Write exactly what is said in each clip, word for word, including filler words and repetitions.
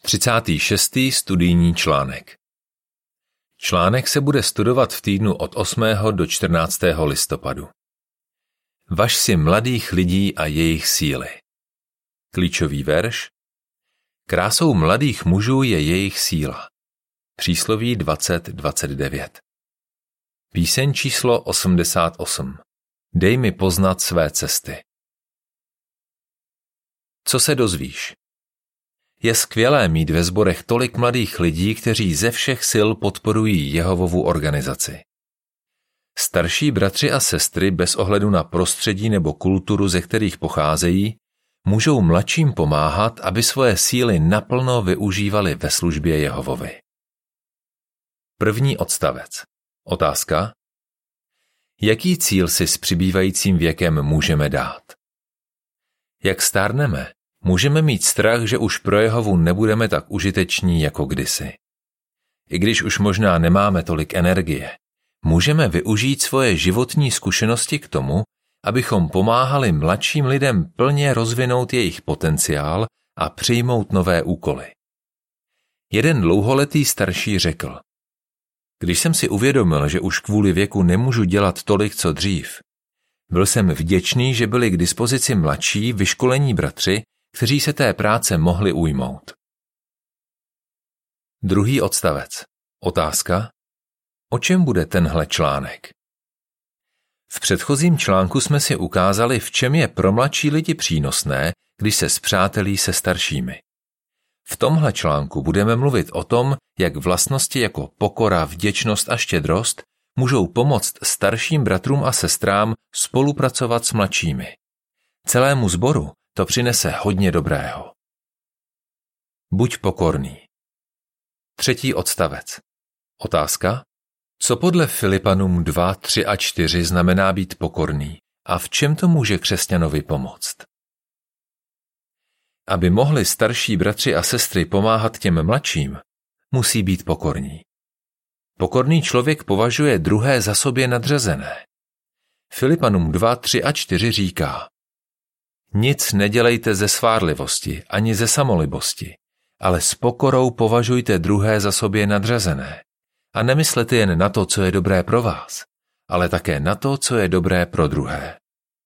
třicátý šestý studijní článek. Článek se bude studovat v týdnu od osmého do čtrnáctého listopadu. Važ si mladých lidí a jejich síly. Klíčový verš. Krásou mladých mužů je jejich síla. Přísloví dvacet dvacet devět. Píseň číslo osmdesát osm. Dej mi poznat své cesty. Co se dozvíš? Je skvělé mít ve sborech tolik mladých lidí, kteří ze všech sil podporují Jehovovu organizaci. Starší bratři a sestry bez ohledu na prostředí nebo kulturu, ze kterých pocházejí, můžou mladším pomáhat, aby svoje síly naplno využívali ve službě Jehovovi. První odstavec. Otázka. Jaký cíl si s přibývajícím věkem můžeme dát? Jak stárneme, můžeme mít strach, že už pro Jehovu nebudeme tak užiteční jako kdysi. I když už možná nemáme tolik energie, můžeme využít svoje životní zkušenosti k tomu, abychom pomáhali mladším lidem plně rozvinout jejich potenciál a přijmout nové úkoly. Jeden dlouholetý starší řekl: Když jsem si uvědomil, že už kvůli věku nemůžu dělat tolik, co dřív, byl jsem vděčný, že byli k dispozici mladší, vyškolení bratři, kteří se té práce mohli ujmout. Druhý odstavec. Otázka. O čem bude tenhle článek? V předchozím článku jsme si ukázali, v čem je pro mladší lidi přínosné, když se spřátelí se staršími. V tomhle článku budeme mluvit o tom, jak vlastnosti jako pokora, vděčnost a štědrost můžou pomoct starším bratrům a sestrám spolupracovat s mladšími. Celému sboru to přinese hodně dobrého. Buď pokorný. Třetí odstavec. Otázka. Co podle Filipanům dva, tři a čtyři znamená být pokorný a v čem to může křesťanovi pomoct? Aby mohli starší bratři a sestry pomáhat těm mladším, musí být pokorní. Pokorný člověk považuje druhé za sobě nadřazené. Filipanům dva, tři a čtyři říká: Nic nedělejte ze svárlivosti ani ze samolibosti, ale s pokorou považujte druhé za sobě nadřazené. A nemyslete jen na to, co je dobré pro vás, ale také na to, co je dobré pro druhé.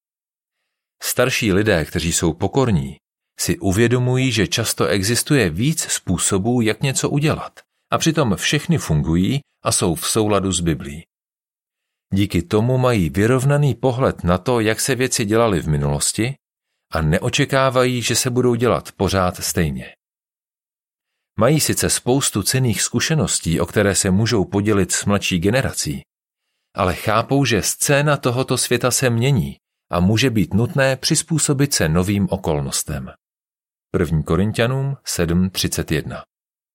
Starší lidé, kteří jsou pokorní, si uvědomují, že často existuje víc způsobů, jak něco udělat, a přitom všechny fungují a jsou v souladu s Biblí. Díky tomu mají vyrovnaný pohled na to, jak se věci dělaly v minulosti, a neočekávají, že se budou dělat pořád stejně. Mají sice spoustu cenných zkušeností, o které se můžou podělit s mladší generací, ale chápou, že scéna tohoto světa se mění a může být nutné přizpůsobit se novým okolnostem. První Korinťanům sedm třicet jedna.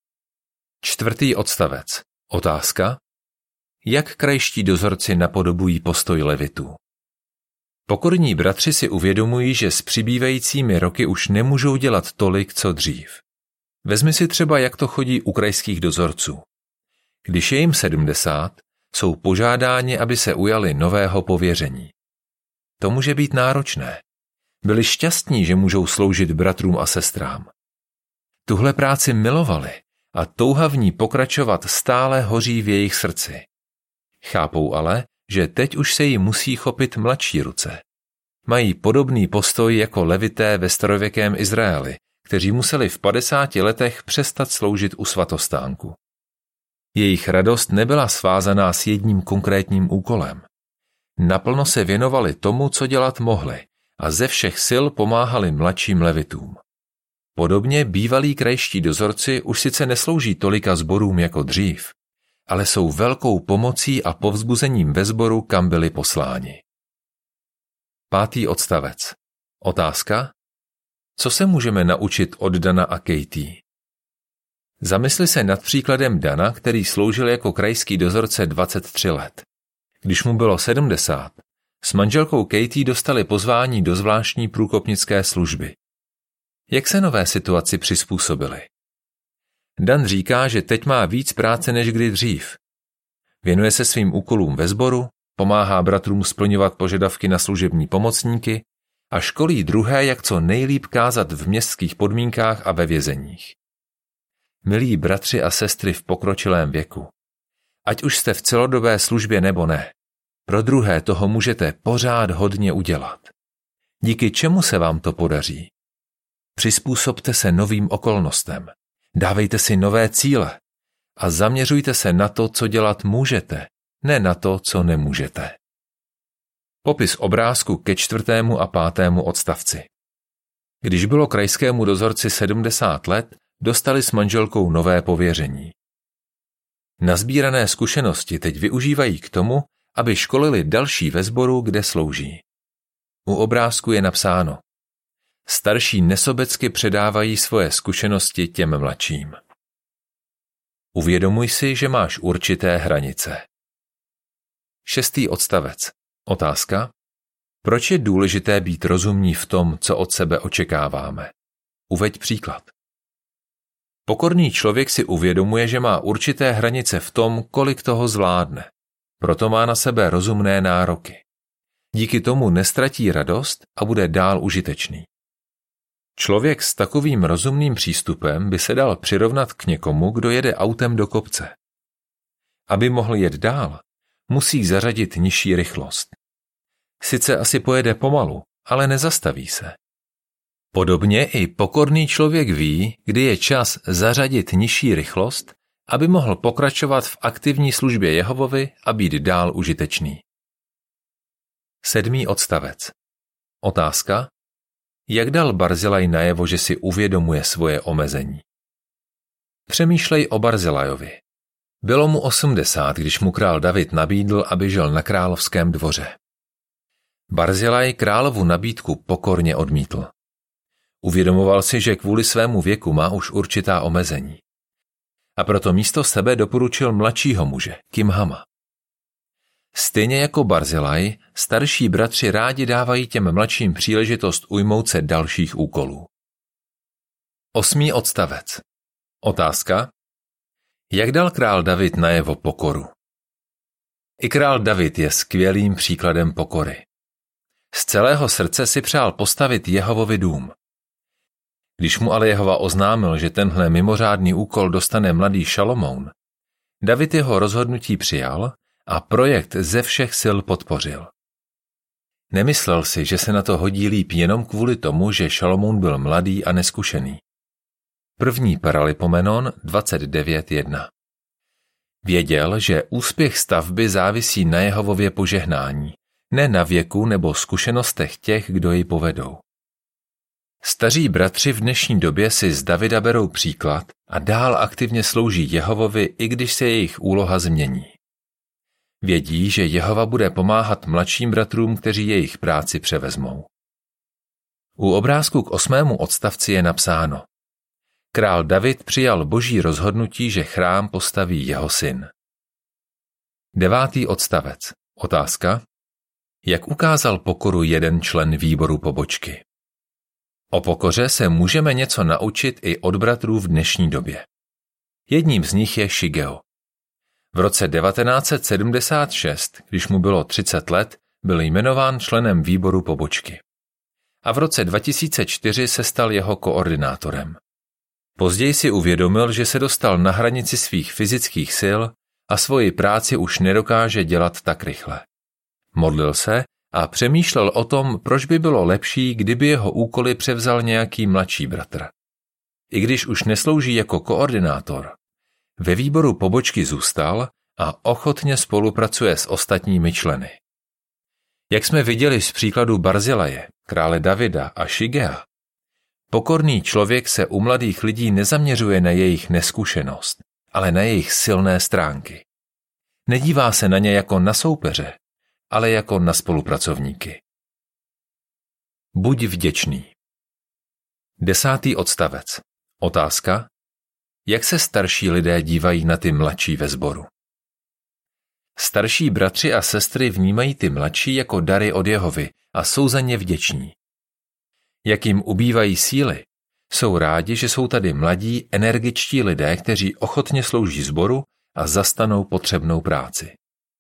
Čtvrtý odstavec. Otázka. Jak krajští dozorci napodobují postoj levitů? Pokorní bratři si uvědomují, že s přibývajícími roky už nemůžou dělat tolik, co dřív. Vezmi si třeba, jak to chodí u krajských dozorců. Když je jim sedmdesát, jsou požádáni, aby se ujali nového pověření. To může být náročné. Byli šťastní, že můžou sloužit bratrům a sestrám. Tuhle práci milovali a touha v ní pokračovat stále hoří v jejich srdci. Chápou ale, že teď už se jí musí chopit mladší ruce. Mají podobný postoj jako levité ve starověkém Izraeli, kteří museli v padesáti letech přestat sloužit u svatostánku. Jejich radost nebyla svázaná s jedním konkrétním úkolem. Naplno se věnovali tomu, co dělat mohli, a ze všech sil pomáhali mladším levitům. Podobně bývalí krajští dozorci už sice neslouží tolika sborům jako dřív, ale jsou velkou pomocí a povzbuzením ve sboru, kam byli posláni. Pátý odstavec. Otázka. Co se můžeme naučit od Dana a Katie? Zamysli se nad příkladem Dana, který sloužil jako krajský dozorce dvacet tři let. Když mu bylo sedmdesát, s manželkou Katie dostali pozvání do zvláštní průkopnické služby. Jak se nové situaci přizpůsobili? Dan říká, že teď má víc práce než kdy dřív. Věnuje se svým úkolům ve sboru, pomáhá bratrům splňovat požadavky na služební pomocníky a školí druhé, jak co nejlíp kázat v městských podmínkách a ve vězeních. Milí bratři a sestry v pokročilém věku, ať už jste v celodobé službě nebo ne, pro druhé toho můžete pořád hodně udělat. Díky čemu se vám to podaří? Přizpůsobte se novým okolnostem, dávejte si nové cíle a zaměřujte se na to, co dělat můžete, ne na to, co nemůžete. Popis obrázku ke čtvrtému a pátému odstavci. Když bylo krajskému dozorci sedmdesát let, dostali s manželkou nové pověření. Nazbírané zkušenosti teď využívají k tomu, aby školili další ve sboru, kde slouží. U obrázku je napsáno: starší nesobecky předávají svoje zkušenosti těm mladším. Uvědomuj si, že máš určité hranice. Šestý odstavec. Otázka. Proč je důležité být rozumní v tom, co od sebe očekáváme? Uveď příklad. Pokorný člověk si uvědomuje, že má určité hranice v tom, kolik toho zvládne. Proto má na sebe rozumné nároky. Díky tomu nestratí radost a bude dál užitečný. Člověk s takovým rozumným přístupem by se dal přirovnat k někomu, kdo jede autem do kopce. Aby mohl jet dál, musí zařadit nižší rychlost. Sice asi pojede pomalu, ale nezastaví se. Podobně i pokorný člověk ví, kdy je čas zařadit nižší rychlost, aby mohl pokračovat v aktivní službě Jehovovi a být dál užitečný. Sedmý odstavec. Otázka. Jak dal Barzilaj najevo, že si uvědomuje svoje omezení? Přemýšlej o Barzilajovi. Bylo mu osmdesát, když mu král David nabídl, aby žil na královském dvoře. Barzilaj královu nabídku pokorně odmítl. Uvědomoval si, že kvůli svému věku má už určitá omezení. A proto místo sebe doporučil mladšího muže, Kimhama. Stejně jako Barzilaj, starší bratři rádi dávají těm mladším příležitost ujmout se dalších úkolů. Osmý odstavec. Otázka. Jak dal král David najevo pokoru? I král David je skvělým příkladem pokory. Z celého srdce si přál postavit Jehovovi dům. Když mu ale Jehova oznámil, že tenhle mimořádný úkol dostane mladý Šalomoun, David jeho rozhodnutí přijal a projekt ze všech sil podpořil. Nemyslel si, že se na to hodí líp jenom kvůli tomu, že Šalomoun byl mladý a neskušený. První Paralipomenon dvacet devět jedna. Věděl, že úspěch stavby závisí na Jehovově požehnání, ne na věku nebo zkušenostech těch, kdo ji povedou. Staří bratři v dnešní době si z Davida berou příklad a dál aktivně slouží Jehovovi, i když se jejich úloha změní. Vědí, že Jehova bude pomáhat mladším bratrům, kteří jejich práci převezmou. U obrázku k osmému odstavci je napsáno: Král David přijal boží rozhodnutí, že chrám postaví jeho syn. Devátý odstavec. Otázka. Jak ukázal pokoru jeden člen výboru pobočky? O pokoře se můžeme něco naučit i od bratrů v dnešní době. Jedním z nich je Shigeo. V roce devatenáct set sedmdesát šest, když mu bylo třicet let, byl jmenován členem výboru pobočky. A v roce dva tisíce čtyři se stal jeho koordinátorem. Později si uvědomil, že se dostal na hranici svých fyzických sil a svoji práci už nedokáže dělat tak rychle. Modlil se a přemýšlel o tom, proč by bylo lepší, kdyby jeho úkoly převzal nějaký mladší bratr. I když už neslouží jako koordinátor, ve výboru pobočky zůstal a ochotně spolupracuje s ostatními členy. Jak jsme viděli z příkladu Barzilaje, krále Davida a Shigea, pokorný člověk se u mladých lidí nezaměřuje na jejich neskušenost, ale na jejich silné stránky. Nedívá se na ně jako na soupeře, ale jako na spolupracovníky. Buď vděčný. Desátý odstavec. Otázka. Jak se starší lidé dívají na ty mladší ve sboru? Starší bratři a sestry vnímají ty mladší jako dary od Jehovy a jsou za ně vděční. Jak jim ubývají síly, jsou rádi, že jsou tady mladí, energičtí lidé, kteří ochotně slouží sboru a zastanou potřebnou práci.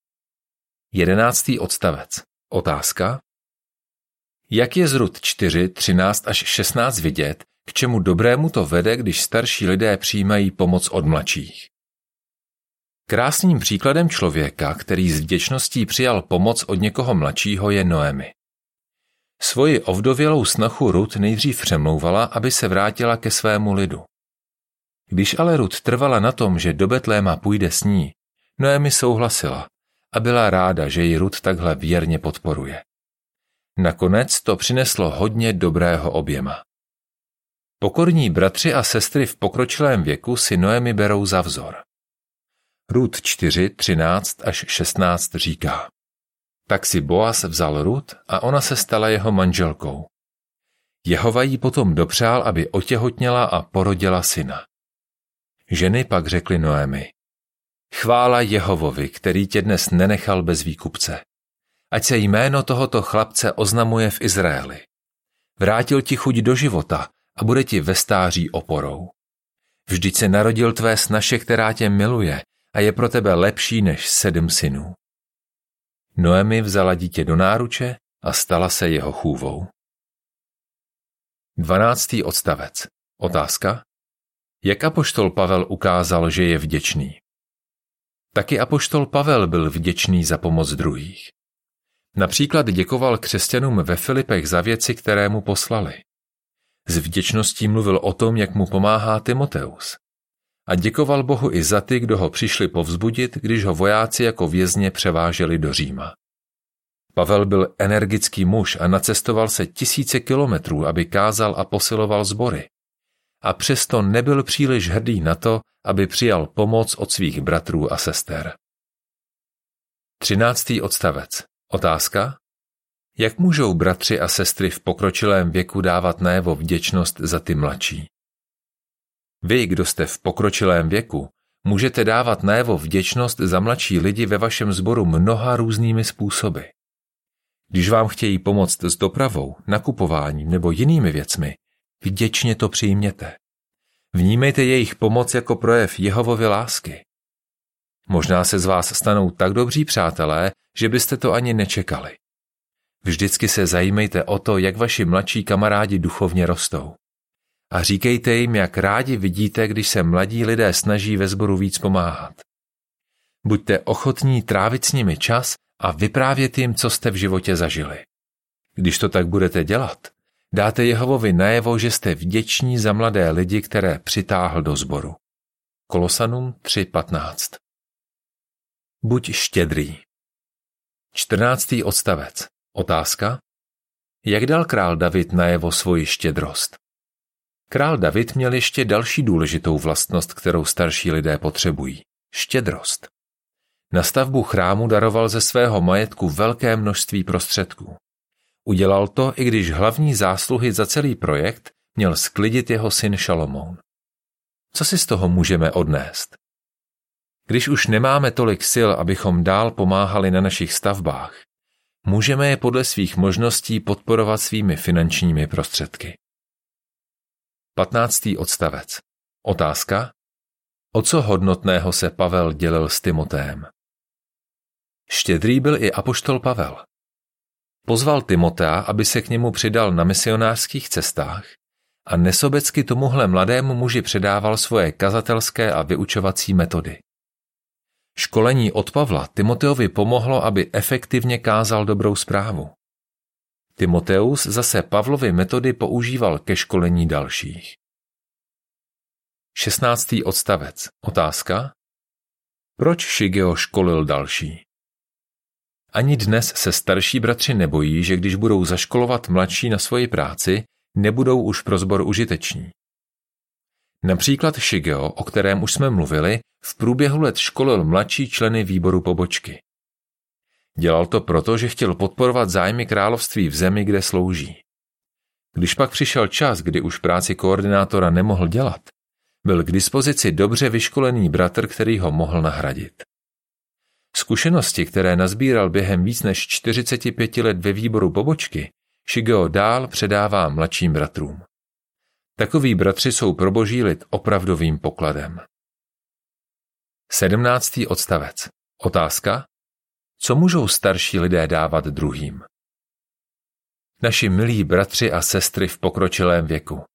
Jedenáctý odstavec. Otázka. Jak je z Rut čtyři, třináct až šestnáct vidět, K čemu dobrému to vede, když starší lidé přijímají pomoc od mladších? Krásným příkladem člověka, který s vděčností přijal pomoc od někoho mladšího, je Noemi. Svoji ovdovělou snachu Rut nejdřív přemlouvala, aby se vrátila ke svému lidu. Když ale Rut trvala na tom, že do Betléma půjde s ní, Noemi souhlasila a byla ráda, že ji Rut takhle věrně podporuje. Nakonec to přineslo hodně dobrého oběma. Pokorní bratři a sestry v pokročilém věku si Noemi berou za vzor. Rut čtyři, třináct až šestnáct říká: Tak si Boaz vzal Rut a ona se stala jeho manželkou. Jehova jí potom dopřál, aby otěhotněla a porodila syna. Ženy pak řekly Noemi: Chvála Jehovovi, který tě dnes nenechal bez výkupce. Ať se jméno tohoto chlapce oznamuje v Izraeli. Vrátil ti chuť do života a bude ti ve stáří oporou. Vždyť se narodil tvé snaše, která tě miluje a je pro tebe lepší než sedm synů. Noemi vzala dítě do náruče a stala se jeho chůvou. Dvanáctý odstavec. Otázka: Jak apoštol Pavel ukázal, že je vděčný? Taky apoštol Pavel byl vděčný za pomoc druhých. Například děkoval křesťanům ve Filipech za věci, které mu poslali. S vděčností mluvil o tom, jak mu pomáhá Timoteus. A děkoval Bohu i za ty, kdo ho přišli povzbudit, když ho vojáci jako vězně převáželi do Říma. Pavel byl energický muž a nacestoval se tisíce kilometrů, aby kázal a posiloval sbory. A přesto nebyl příliš hrdý na to, aby přijal pomoc od svých bratrů a sester. Třináctý odstavec. Otázka: Jak můžou bratři a sestry v pokročilém věku dávat najevo vděčnost za ty mladší? Vy, kdo jste v pokročilém věku, můžete dávat najevo vděčnost za mladší lidi ve vašem sboru mnoha různými způsoby. Když vám chtějí pomoct s dopravou, nakupováním nebo jinými věcmi, vděčně to přijměte. Vnímejte jejich pomoc jako projev Jehovovy lásky. Možná se z vás stanou tak dobří přátelé, že byste to ani nečekali. Vždycky se zajímejte o to, jak vaši mladší kamarádi duchovně rostou. A říkejte jim, jak rádi vidíte, když se mladí lidé snaží ve sboru víc pomáhat. Buďte ochotní trávit s nimi čas a vyprávět jim, co jste v životě zažili. Když to tak budete dělat, dáte Jehovovi najevo, že jste vděční za mladé lidi, které přitáhl do sboru. Kolosanům tři patnáct. Buď štědrý. čtrnáctý odstavec. Otázka: Jak dal král David najevo svoji štědrost? Král David měl ještě další důležitou vlastnost, kterou starší lidé potřebují. Štědrost. Na stavbu chrámu daroval ze svého majetku velké množství prostředků. Udělal to, i když hlavní zásluhy za celý projekt měl sklidit jeho syn Šalomoun. Co si z toho můžeme odnést? Když už nemáme tolik sil, abychom dál pomáhali na našich stavbách, můžeme je podle svých možností podporovat svými finančními prostředky. patnáctý odstavec. Otázka: O co hodnotného se Pavel dělil s Timoteem? Štědrý byl i apoštol Pavel. Pozval Timotea, aby se k němu přidal na misionářských cestách a nesobecky tomuhle mladému muži předával svoje kazatelské a vyučovací metody. Školení od Pavla Timoteovi pomohlo, aby efektivně kázal dobrou zprávu. Timoteus zase Pavlovy metody používal ke školení dalších. šestnáctý odstavec. Otázka: Proč Šigeo školil další? Ani dnes se starší bratři nebojí, že když budou zaškolovat mladší na svoji práci, nebudou už pro sbor užiteční. Například Šigeo, o kterém už jsme mluvili, v průběhu let školil mladší členy výboru pobočky. Dělal to proto, že chtěl podporovat zájmy království v zemi, kde slouží. Když pak přišel čas, kdy už práci koordinátora nemohl dělat, byl k dispozici dobře vyškolený bratr, který ho mohl nahradit. Zkušenosti, které nazbíral během víc než čtyřiceti pěti let ve výboru pobočky, Šigeo dál předává mladším bratrům. Takoví bratři jsou pro boží lid opravdovým pokladem. sedmnáctý odstavec. Otázka: Co můžou starší lidé dávat druhým? Naši milí bratři a sestry v pokročilém věku,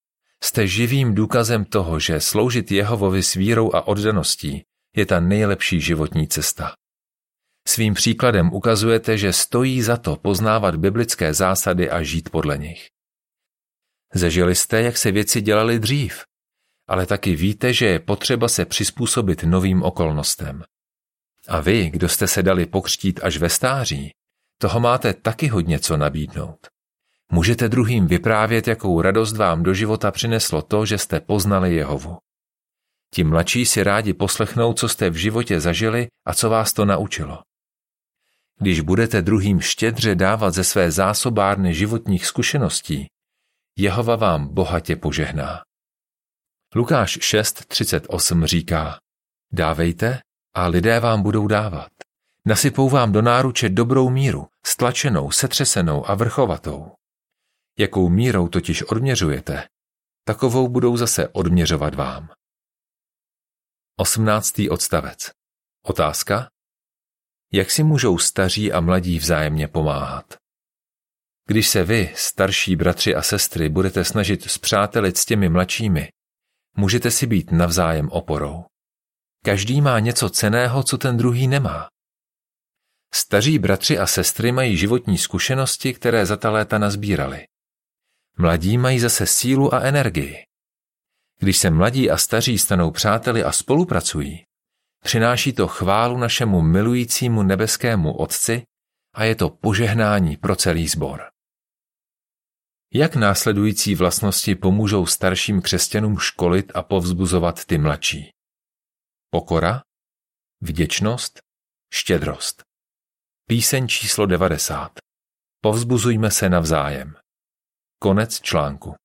Jste živým důkazem toho, že sloužit Jehovovi s vírou a oddaností je ta nejlepší životní cesta. Svým příkladem ukazujete, že stojí za to poznávat biblické zásady a žít podle nich. Zažili jste, jak se věci dělaly dřív, ale taky víte, že je potřeba se přizpůsobit novým okolnostem. A vy, kdo jste se dali pokřtít až ve stáří, toho máte taky hodně co nabídnout. Můžete druhým vyprávět, jakou radost vám do života přineslo to, že jste poznali Jehovu. Ti mladší si rádi poslechnou, co jste v životě zažili a co vás to naučilo. Když budete druhým štědře dávat ze své zásobárny životních zkušeností, Jehova vám bohatě požehná. Lukáš šest třicet osm říká: Dávejte a lidé vám budou dávat. Nasypou vám do náruče dobrou míru, stlačenou, setřesenou a vrchovatou. Jakou mírou totiž odměřujete, takovou budou zase odměřovat vám. osmnáctý odstavec. Otázka: Jak si můžou staří a mladí vzájemně pomáhat? Když se vy, starší bratři a sestry, budete snažit spřátelit s těmi mladšími, můžete si být navzájem oporou. Každý má něco cenného, co ten druhý nemá. Staří bratři a sestry mají životní zkušenosti, které za ta léta nazbírali. Mladí mají zase sílu a energii. Když se mladí a staří stanou přáteli a spolupracují, přináší to chválu našemu milujícímu nebeskému Otci a je to požehnání pro celý sbor. Jak následující vlastnosti pomůžou starším křesťanům školit a povzbuzovat ty mladší? Pokora, vděčnost, štědrost. Píseň číslo devadesát. Povzbuzujme se navzájem. Konec článku.